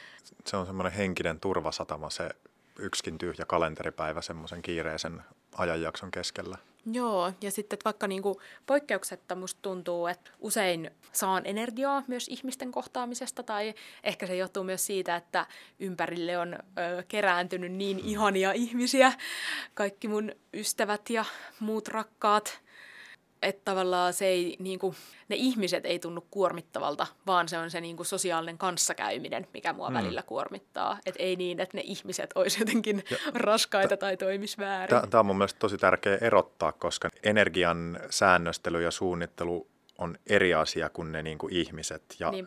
[SPEAKER 1] Se on semmoinen henkinen turvasatama, se yksikin tyhjä kalenteripäivä semmoisen kiireisen ajanjakson keskellä.
[SPEAKER 2] Joo, ja sitten vaikka niinku poikkeuksetta musta tuntuu, että usein saan energiaa myös ihmisten kohtaamisesta, tai ehkä se johtuu myös siitä, että ympärille on kerääntynyt niin ihania ihmisiä, kaikki mun ystävät ja muut rakkaat, että tavallaan se ei, niinku, ne ihmiset ei tunnu kuormittavalta, vaan se on se niinku sosiaalinen kanssakäyminen, mikä mua välillä kuormittaa. Että ei niin, että ne ihmiset olisi jotenkin raskaita tai toimis väärin.
[SPEAKER 1] Tämä on mun mielestä tosi tärkeä erottaa, koska energian säännöstely ja suunnittelu on eri asia kuin ne niinku ihmiset.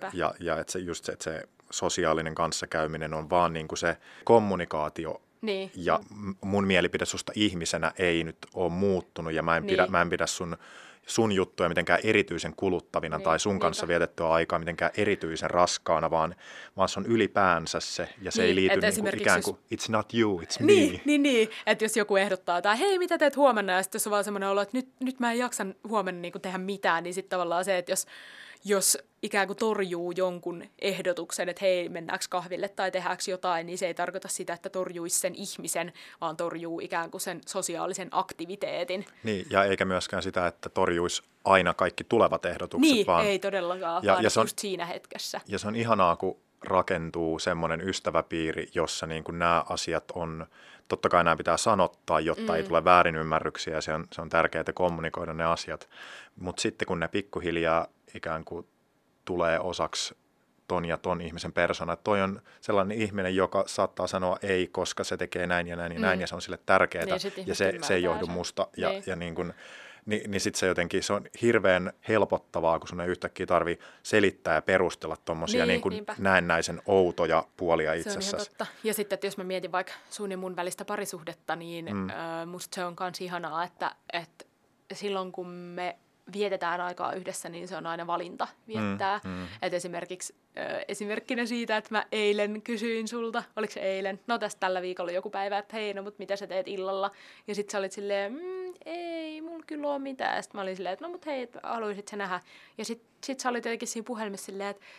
[SPEAKER 1] Ja että se sosiaalinen kanssakäyminen on vaan niinku se kommunikaatio.
[SPEAKER 2] Niin.
[SPEAKER 1] Ja mun mielipide susta ihmisenä ei nyt ole muuttunut ja mä en pidä sun juttuja mitenkään erityisen kuluttavina tai sun kanssa vietettyä aikaa mitenkään erityisen raskaana, vaan se on ylipäänsä se ja se ei liity niinku ikään kuin it's not you, it's me.
[SPEAKER 2] Niin, että jos joku ehdottaa jotain, hei mitä teet huomenna ja sitten jos on vaan semmoinen olo, että nyt mä en jaksa huomenna niinku tehdä mitään, niin sitten tavallaan se, että jos ikään kuin torjuu jonkun ehdotuksen, että hei, mennäänkö kahville tai tehdäänkö jotain, niin se ei tarkoita sitä, että torjuisi sen ihmisen, vaan torjuu ikään kuin sen sosiaalisen aktiviteetin.
[SPEAKER 1] Niin, ja eikä myöskään sitä, että torjuisi aina kaikki tulevat ehdotukset.
[SPEAKER 2] Niin,
[SPEAKER 1] vaan
[SPEAKER 2] ei todellakaan, vaan just siinä hetkessä.
[SPEAKER 1] Ja se on ihanaa, kun rakentuu semmoinen ystäväpiiri, jossa niin kuin nämä asiat on, totta kai nämä pitää sanottaa, jotta ei tule väärinymmärryksiä, ja se on tärkeää kommunikoida ne asiat, mutta sitten kun ne pikkuhiljaa ikään kuin tulee osaksi ton ja ton ihmisen persona, että toi on sellainen ihminen, joka saattaa sanoa ei, koska se tekee näin ja näin ja näin, ja se on sille tärkeää, ja se ei johdu musta, ja niin kuin niin sitten se jotenkin, se on hirveän helpottavaa, kun sun ei yhtäkkiä tarvitse selittää ja perustella tuommoisia niin kuin näennäisen outoja puolia itsessäsi. Se on ihan totta.
[SPEAKER 2] Ja sitten, että jos mä mietin vaikka sun ja mun välistä parisuhdetta, niin musta se on kans ihanaa, että silloin kun me vietetään aikaa yhdessä, niin se on aina valinta viettää. Että esimerkiksi esimerkkinä siitä, että mä eilen kysyin sulta, oliko se eilen? No tässä tällä viikolla joku päivä, että hei, no mutta mitä sä teet illalla? Ja sit sä olit silleen, ei mulla kyllä ole mitään. Ja sit mä olin silleen, että no mut hei, haluisit sä nähdä? Ja sit sä olit jotenkin siinä puhelimessa silleen, että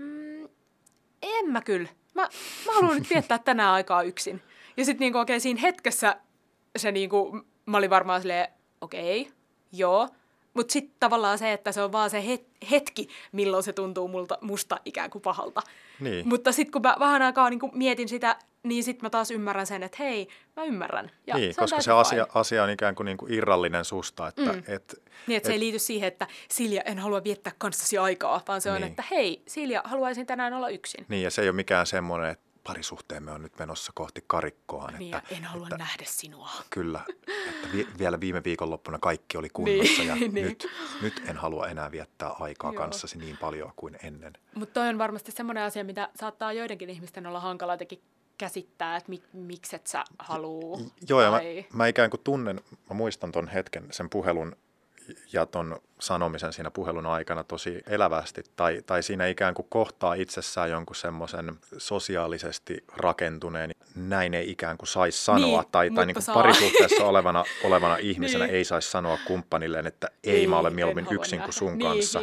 [SPEAKER 2] en mä kyllä. Mä haluan nyt viettää tänään aikaa yksin. Ja sit niinku okei, siinä hetkessä se niinku, mä olin varmaan silleen, okei, joo. Mutta sitten tavallaan se, että se on vaan se hetki, milloin se tuntuu musta ikään kuin pahalta.
[SPEAKER 1] Niin.
[SPEAKER 2] Mutta sitten kun mä vähän aikaa niin mietin sitä niin sitten mä taas ymmärrän sen, että hei, mä ymmärrän. Ja
[SPEAKER 1] niin,
[SPEAKER 2] se on
[SPEAKER 1] koska se asia on ikään kuin irrallinen susta. Että,
[SPEAKER 2] niin, että se ei liity siihen, että Silja, en halua viettää kanssasi aikaa, vaan se on, että hei, Silja, haluaisin tänään olla yksin.
[SPEAKER 1] Niin, ja se ei ole mikään semmoinen, että parisuhteemme on nyt menossa kohti karikkoa.
[SPEAKER 2] Niin, että, en halua nähdä sinua.
[SPEAKER 1] Kyllä, että vielä viime viikonloppuna kaikki oli kunnossa ja nyt en halua enää viettää aikaa kanssasi niin paljon kuin ennen.
[SPEAKER 2] Mutta toi on varmasti semmoinen asia, mitä saattaa joidenkin ihmisten olla hankala jotenkin käsittää, että miksi et sä haluu.
[SPEAKER 1] Joo, ja mä ikään kuin mä muistan ton hetken, sen puhelun ja ton sanomisen siinä puhelun aikana tosi elävästi, tai siinä ikään kuin kohtaa itsessään jonkun semmoisen sosiaalisesti rakentuneen, näin ei ikään kuin saisi sanoa, tai niin kuin parisuhteessa olevana ihmisenä ei saisi sanoa kumppanilleen, että ei mä olen mieluummin yksin kuin sun kanssa.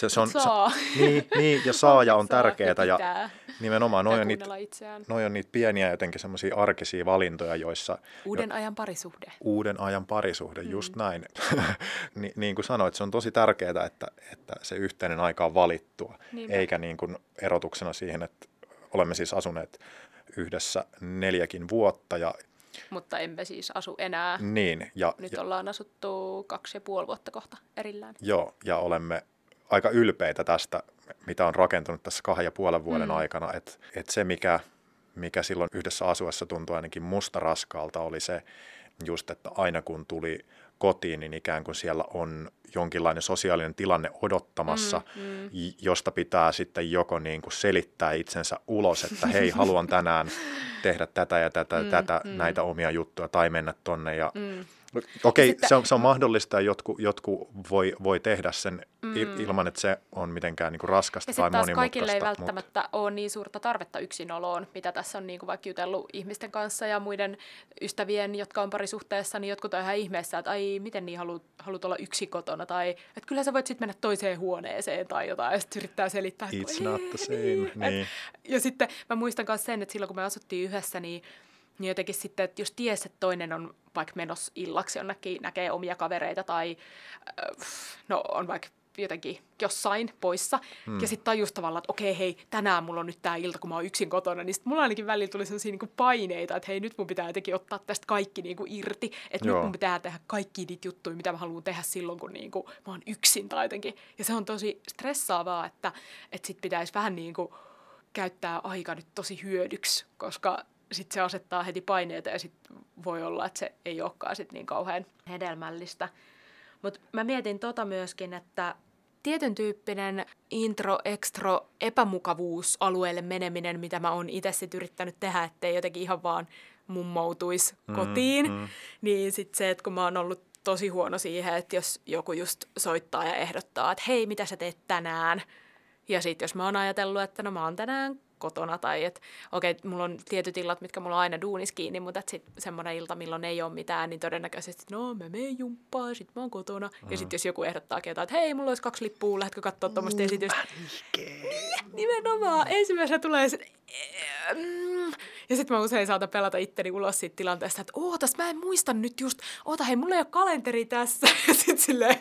[SPEAKER 1] Ja saaja on tärkeää, ja nimenomaan noi on niitä pieniä jotenkin semmoisia arkisia valintoja, joissa
[SPEAKER 2] Uuden ajan parisuhde,
[SPEAKER 1] just näin. Niin kuin sanoit, se on tosi tärkeää, että se yhteinen aika on valittua, eikä niin kuin erotuksena siihen, että olemme siis asuneet yhdessä 4 vuotta.
[SPEAKER 2] Mutta emme siis asu enää.
[SPEAKER 1] Niin.
[SPEAKER 2] Nyt ollaan asuttu 2,5 vuotta kohta erillään.
[SPEAKER 1] Joo, ja olemme aika ylpeitä tästä, mitä on rakentunut tässä 2,5 vuoden aikana. Että se, mikä silloin yhdessä asuessa tuntui ainakin musta raskaalta, oli se just, että aina kun tuli kotiin, niin ikään kuin siellä on jonkinlainen sosiaalinen tilanne odottamassa, josta pitää sitten joko niin kuin selittää itsensä ulos, että hei, haluan tänään tehdä tätä ja tätä, näitä omia juttuja, tai mennä tonne. Okei, se on mahdollista, ja jotkut voi tehdä sen ilman, että se on mitenkään niinku raskasta tai monimutkaista.
[SPEAKER 2] Ja kaikille ei välttämättä ole niin suurta tarvetta yksinoloon, mitä tässä on niinku vaikka jutellut ihmisten kanssa ja muiden ystävien, jotka on parisuhteessa, niin jotkut on ihan ihmeessä, että ai, miten niin haluat olla yksin kotona, tai että kyllä sä voit sitten mennä toiseen huoneeseen tai jotain, ja sitten yrittää selittää.
[SPEAKER 1] It's not the same. Niin.
[SPEAKER 2] Ja sitten mä muistan myös sen, että silloin kun me asuttiin yhdessä, niin jotenkin sitten, että jos ties, että toinen on vaikka menossa illaksi jonnekin, näkee omia kavereita tai on vaikka jotenkin jossain poissa, ja sitten tajus tavallaan, että okei, hei, tänään mulla on nyt tää ilta, kun mä oon yksin kotona, niin sitten mulla ainakin välillä tuli sellaisia niinku paineita, että hei, nyt mun pitää jotenkin ottaa tästä kaikki niinku irti, että nyt mun pitää tehdä kaikki niitä juttuja, mitä mä haluan tehdä silloin, kun niinku mä oon yksin tai jotenkin. Ja se on tosi stressaavaa, että sit pitäisi vähän niinku käyttää aika nyt tosi hyödyksi, koska sitten se asettaa heti paineita ja sitten voi olla, että se ei olekaan sit niin kauhean hedelmällistä. Mutta mä mietin myöskin, että tietyn tyyppinen epämukavuusalueelle meneminen, mitä mä oon itse sit yrittänyt tehdä, ettei jotenkin ihan vaan mummoutuisi kotiin, niin sitten se, että kun mä oon ollut tosi huono siihen, että jos joku just soittaa ja ehdottaa, että hei, mitä sä teet tänään? Ja sitten jos mä oon ajatellut, että no mä oon tänään kotona tai että okei, mulla on tietyt illat, mitkä mulla on aina duunis kiinni, mutta sitten semmoinen ilta, milloin ei ole mitään, niin todennäköisesti no mä menen jumppaan, sit mä oon kotona. Ja sitten jos joku ehdottaakin jotain, että hei, mulla olisi 2 lippua, lähdetkö katsoa tuommoista esitystä? Nimenomaan. Ensimmäisenä tulee se, ja sitten mä usein saatan pelata itteni ulos siitä tilanteesta, että ootas, mä en muista nyt just, hei, mulla ei ole kalenteri tässä. Ja sitten silleen,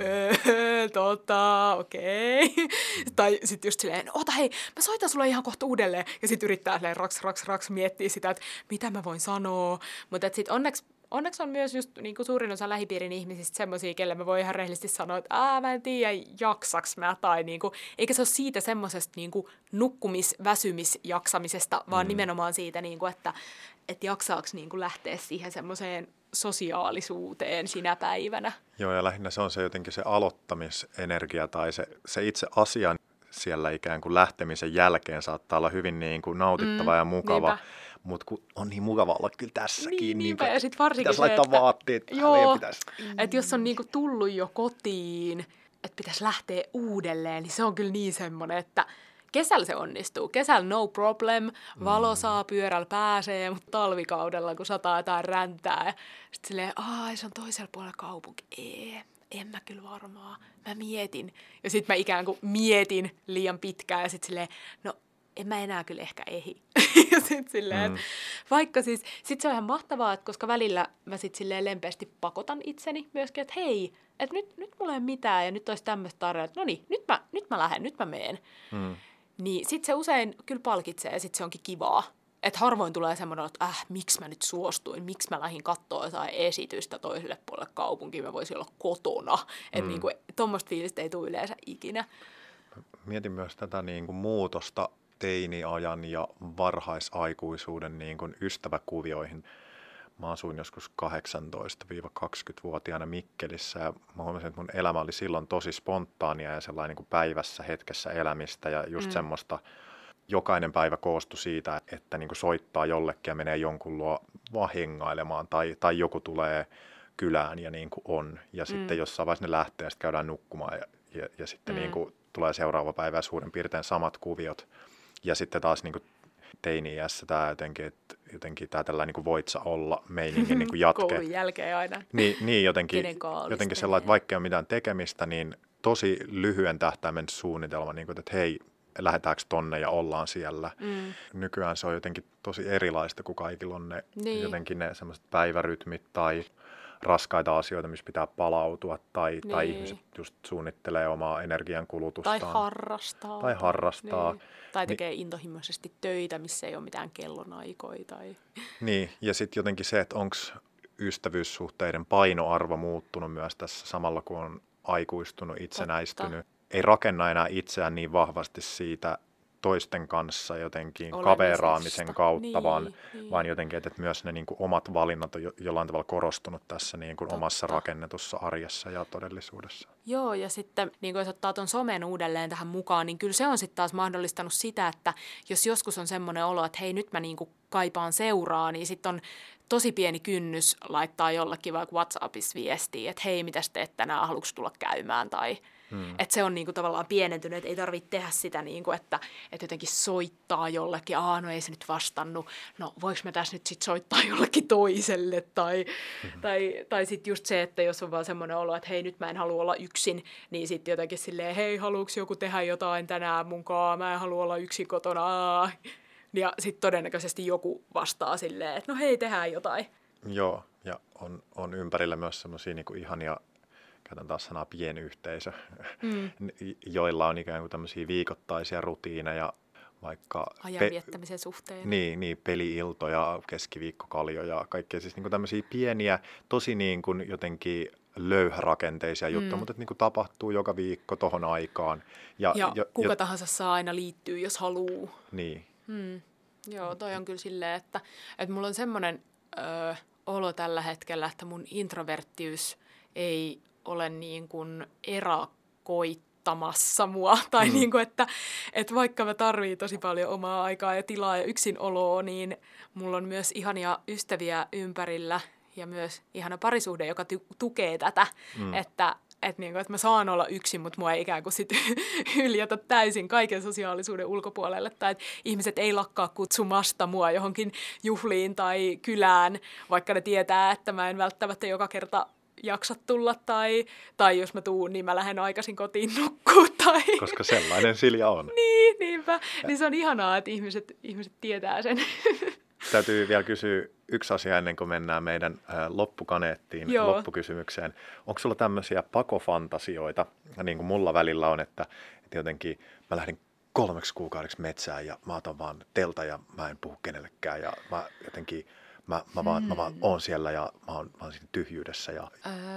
[SPEAKER 2] okei. Tai sitten just silleen, hei, mä soitan sulle ihan kohta uudelleen. Ja sitten yrittää silleen raks miettiä sitä, että mitä mä voin sanoa. Mutta sitten onneksi on myös just niin kuin suurin osa lähipiirin ihmisistä semmoisia, kelle mä voin ihan rehellisesti sanoa, että mä en tiedä, jaksaks mä. Tai niin kuin, eikä se ole siitä semmoisesta niin kuin nukkumis-väsymisjaksamisesta, vaan nimenomaan siitä, niin kuin, että jaksaaks niin kuin lähteä siihen semmoiseen sosiaalisuuteen sinä päivänä.
[SPEAKER 1] Joo, ja lähinnä se on se jotenkin se aloittamisenergia tai se itse asian siellä ikään kuin lähtemisen jälkeen saattaa olla hyvin niin kuin nautittava ja mukava. Mutta on niin mukava olla kyllä tässäkin.
[SPEAKER 2] Niinpä, ja sitten varsinkin
[SPEAKER 1] pitäisi laittaa vaatteet päälle.
[SPEAKER 2] Että jos on niinku tullut jo kotiin, että pitäisi lähteä uudelleen, niin se on kyllä niin semmoinen, että kesällä se onnistuu. Kesällä no problem, valo saa, pyörällä pääsee, mutta talvikaudella, kun sataa jotain räntää, sitten silleen, se on toisella puolella kaupunki. En mä kyllä varmaan. Mä mietin. Ja sitten mä ikään kuin mietin liian pitkään ja sitten silleen, no en mä enää kyllä ehkä ehdi. Ja sitten silleen, vaikka siis, sit se on ihan mahtavaa, että koska välillä mä sitten silleen lempeästi pakotan itseni myöskin, että hei, että nyt mulla ei ole mitään ja nyt olisi tämmöistä tarjoa, että no niin, nyt mä lähden, nyt mä meen. Niin sitten se usein kyllä palkitsee ja sitten se onkin kivaa. että harvoin tulee semmoinen, että miksi mä nyt suostuin, miksi mä lähdin katsoa jotain esitystä toiselle puolelle kaupunkiin, mä voisin olla kotona. Että niin tuommoista fiilistä ei tule yleensä ikinä.
[SPEAKER 1] Mietin myös tätä niin kuin muutosta teiniajan ja varhaisaikuisuuden niin kuin ystäväkuvioihin. Mä asuin joskus 18-20-vuotiaana Mikkelissä ja mä huomasin, että mun elämä oli silloin tosi spontaania ja sellainen niin kuin päivässä, hetkessä elämistä ja just semmoista, jokainen päivä koostui siitä, että niin kuin soittaa jollekin ja menee jonkun luo vaan hengailemaan tai joku tulee kylään ja niin kuin on. Ja sitten jossain vaiheessa ne lähtee ja sitten käydään nukkumaan ja sitten niin kuin tulee seuraava päivä ja suurin piirtein samat kuviot. Ja sitten taas niin kuin teini-iässä tämä jotenkin tämä tällainen niin kuin voit sä olla -meiningin niin kuin jatke.
[SPEAKER 2] Koulun jälkeen aina.
[SPEAKER 1] Niin jotenkin sellainen, että vaikka ei ole mitään tekemistä, niin tosi lyhyen tähtäimen suunnitelma, niin kuin, että hei, lähdetäänkö tonne ja ollaan siellä. Nykyään se on jotenkin tosi erilaista, kun kaikilla on jotenkin ne semmoiset päivärytmit tai raskaita asioita, missä pitää palautua tai ihmiset just suunnittelee omaa energiankulutustaan. Tai harrastaa.
[SPEAKER 2] Niin. Tai tekee intohimoisesti töitä, missä ei ole mitään kellonaikoja.
[SPEAKER 1] Niin, ja sitten jotenkin se, että onko ystävyyssuhteiden painoarvo muuttunut myös tässä samalla, kun on aikuistunut, itsenäistynyt. Ei rakenna enää itseään niin vahvasti siitä toisten kanssa jotenkin kaveraamisen kautta, vaan jotenkin, että myös ne niin kuin omat valinnat on jollain tavalla korostunut tässä niin kuin omassa rakennetussa arjessa ja todellisuudessa.
[SPEAKER 2] Joo, ja sitten niin kuin jos ottaa tuon somen uudelleen tähän mukaan, niin kyllä se on sitten taas mahdollistanut sitä, että jos joskus on semmoinen olo, että hei, nyt mä niin kuin kaipaan seuraa, niin sitten on tosi pieni kynnys laittaa jollekin vaikka WhatsAppissa viestiä, että hei, mitäs teet tänään, haluatko tulla käymään, tai että se on niinku tavallaan pienentynyt, että ei tarvitse tehdä sitä, niinku, että jotenkin soittaa jollekin, no ei se nyt vastannut, no voiko mä tässä nyt sitten soittaa jollekin toiselle, tai sitten just se, että jos on vaan semmoinen olo, että hei, nyt mä en halua olla yksin, niin sitten jotenkin silleen, hei, haluatko joku tehdä jotain tänään munkaan, mä en halua olla yksin kotona, ja sitten todennäköisesti joku vastaa silleen, että no hei, tehdään jotain.
[SPEAKER 1] Joo, ja on ympärillä myös semmoisia niinku ihania, käytän taas sanaa pienyhteisö, joilla on ikään kuin tämmöisiä viikoittaisia rutiineja, vaikka
[SPEAKER 2] ajan viettämisen suhteen.
[SPEAKER 1] Niin, peli-iltoja, keskiviikkokaljoja, kaikkea siis niin kuin tämmöisiä pieniä, tosi niin kuin jotenkin löyhärakenteisia juttuja, mutta niin kuin tapahtuu joka viikko tohon aikaan. Ja
[SPEAKER 2] kuka tahansa saa aina liittyä, jos haluaa.
[SPEAKER 1] Niin.
[SPEAKER 2] Joo, toi on kyllä silleen, että mulla on semmoinen olo tällä hetkellä, että mun introverttiys ei ole niin kuin erakoittamassa mua. Tai niin kuin, että vaikka mä tarviin tosi paljon omaa aikaa ja tilaa ja yksinoloa, niin mulla on myös ihania ystäviä ympärillä ja myös ihana parisuhde, joka tukee tätä, että mä saan olla yksin, mutta mua ei ikään kuin sit hyljätä täysin kaiken sosiaalisuuden ulkopuolelle. Tai että ihmiset ei lakkaa kutsumasta mua johonkin juhliin tai kylään, vaikka ne tietää, että mä en välttämättä joka kerta jaksa tulla, tai jos mä tuun, niin mä lähden aikaisin kotiin nukkuu.
[SPEAKER 1] Koska sellainen Silja on.
[SPEAKER 2] Niinpä. Niin se on ihanaa, että ihmiset tietää sen.
[SPEAKER 1] Täytyy vielä kysyä yksi asia ennen kuin mennään meidän loppukaneettiin, loppukysymykseen. Onko sulla tämmöisiä pakofantasioita, niin kuin mulla välillä on, että jotenkin mä lähdin 3 kuukaudeksi metsään ja mä otan vaan telta ja mä en puhu kenellekään ja mä jotenkin Mä vaan oon siellä ja mä oon siinä tyhjyydessä ja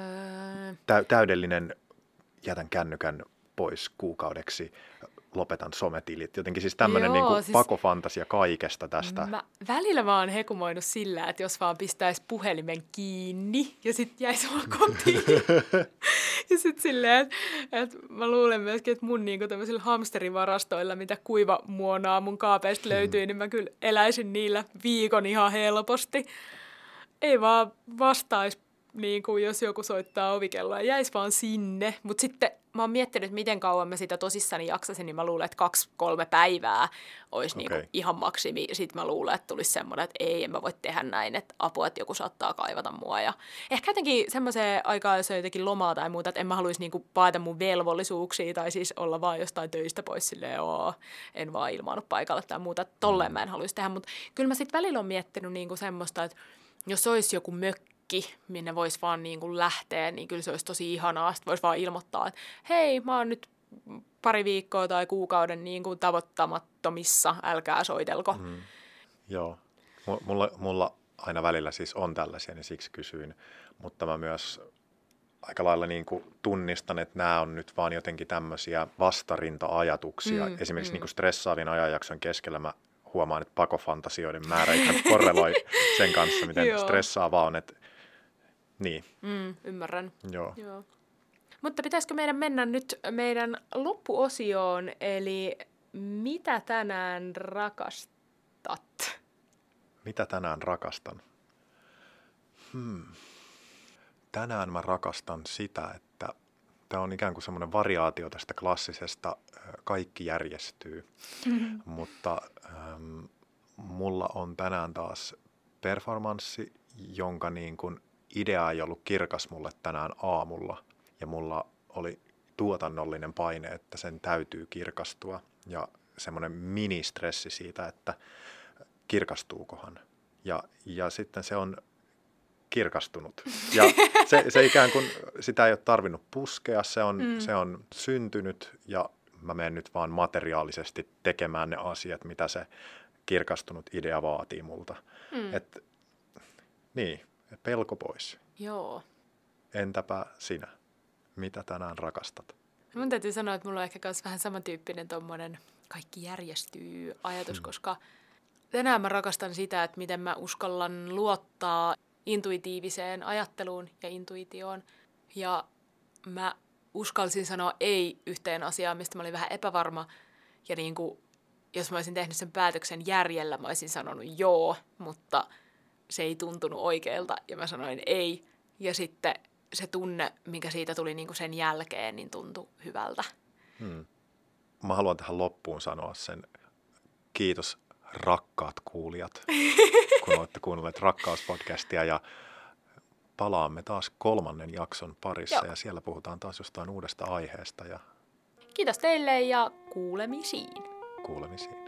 [SPEAKER 1] täydellinen jätän kännykän pois kuukaudeksi, lopetan sometilit. Jotenkin siis tämmöinen niin kuin pakofantasia kaikesta tästä.
[SPEAKER 2] Välillä mä oon hekumoinut sillä, että jos vaan pistäisi puhelimen kiinni ja sitten jäisi vaan kotiin. Ja sitten silleen, että mä luulen myöskin, että mun niinku tämmöisillä hamsterivarastoilla, mitä kuivamuonaa mun kaapeista löytyy, niin mä kyllä eläisin niillä viikon ihan helposti. Ei vaan vastaisi, niin kuin jos joku soittaa ovikelloa, jäisi vaan sinne. Mutta sitten mä oon miettinyt, miten kauan mä sitä tosissani jaksasin, niin mä luulen, että 2-3 päivää olisi niinku ihan maksimi. Sitten mä luulen, että tulisi semmoinen, että en mä voi tehdä näin, että apua, että joku saattaa kaivata mua. Ja ehkä jotenkin semmoiseen aikaan, jos on jotenkin lomaa tai muuta, että en mä haluaisi niinku paeta mun velvollisuuksia tai siis olla vaan jostain töistä pois silleen, en vaan ilmaannut paikalle tai muuta. Tolleen mä en haluaisi tehdä, mutta kyllä mä sitten välillä on miettinyt niinku semmoista, että jos olisi joku mökki, minne voisi vaan niin kuin lähteä, niin kyllä se olisi tosi ihanaa. Sitten voisi vaan ilmoittaa, että hei, mä oon nyt pari viikkoa tai kuukauden niin kuin tavoittamattomissa, älkää soitelko.
[SPEAKER 1] Joo. Mulla aina välillä siis on tällaisia, niin siksi kysyin. Mutta mä myös aika lailla niin kuin tunnistan, että nämä on nyt vaan jotenkin tämmöisiä vastarinta-ajatuksia. Esimerkiksi niin kuin stressaavin ajanjakson keskellä mä huomaan, että pakofantasioiden määrä ikään kuin korreloi sen kanssa, miten stressaavaa on. Että niin.
[SPEAKER 2] Ymmärrän.
[SPEAKER 1] Joo.
[SPEAKER 2] Mutta pitäisikö meidän mennä nyt meidän loppuosioon, eli mitä tänään rakastat?
[SPEAKER 1] Mitä tänään rakastan? Tänään mä rakastan sitä, että tämä on ikään kuin semmoinen variaatio tästä klassisesta kaikki järjestyy, mutta mulla on tänään taas performanssi, jonka niin kuin idea ei ollut kirkas mulle tänään aamulla ja mulla oli tuotannollinen paine, että sen täytyy kirkastua ja semmoinen ministressi siitä, että kirkastuukohan. Ja sitten se on kirkastunut. Ja se ikään kuin, sitä ei ole tarvinnut puskea, se on syntynyt ja mä menen nyt vaan materiaalisesti tekemään ne asiat, mitä se kirkastunut idea vaatii multa. Niin, pelko pois.
[SPEAKER 2] Joo.
[SPEAKER 1] Entäpä sinä? Mitä tänään rakastat?
[SPEAKER 2] Mun täytyy sanoa, että mulla on ehkä myös vähän samantyyppinen tommonen kaikki järjestyy ajatus, koska tänään mä rakastan sitä, että miten mä uskallan luottaa intuitiiviseen ajatteluun ja intuitioon. Ja mä uskalsin sanoa ei yhteen asiaan, mistä mä olin vähän epävarma. Ja niin kuin, jos mä olisin tehnyt sen päätöksen järjellä, mä olisin sanonut joo, mutta se ei tuntunut oikealta ja mä sanoin ei. Ja sitten se tunne, mikä siitä tuli niin kuin sen jälkeen, niin tuntui hyvältä.
[SPEAKER 1] Mä haluan tähän loppuun sanoa sen kiitos rakkaat kuulijat, kun olette kuunnelleet Rakkauspodcastia ja palaamme taas 3. jakson parissa ja siellä puhutaan taas jostain uudesta aiheesta. Ja
[SPEAKER 2] Kiitos teille ja kuulemisiin.
[SPEAKER 1] Kuulemisiin.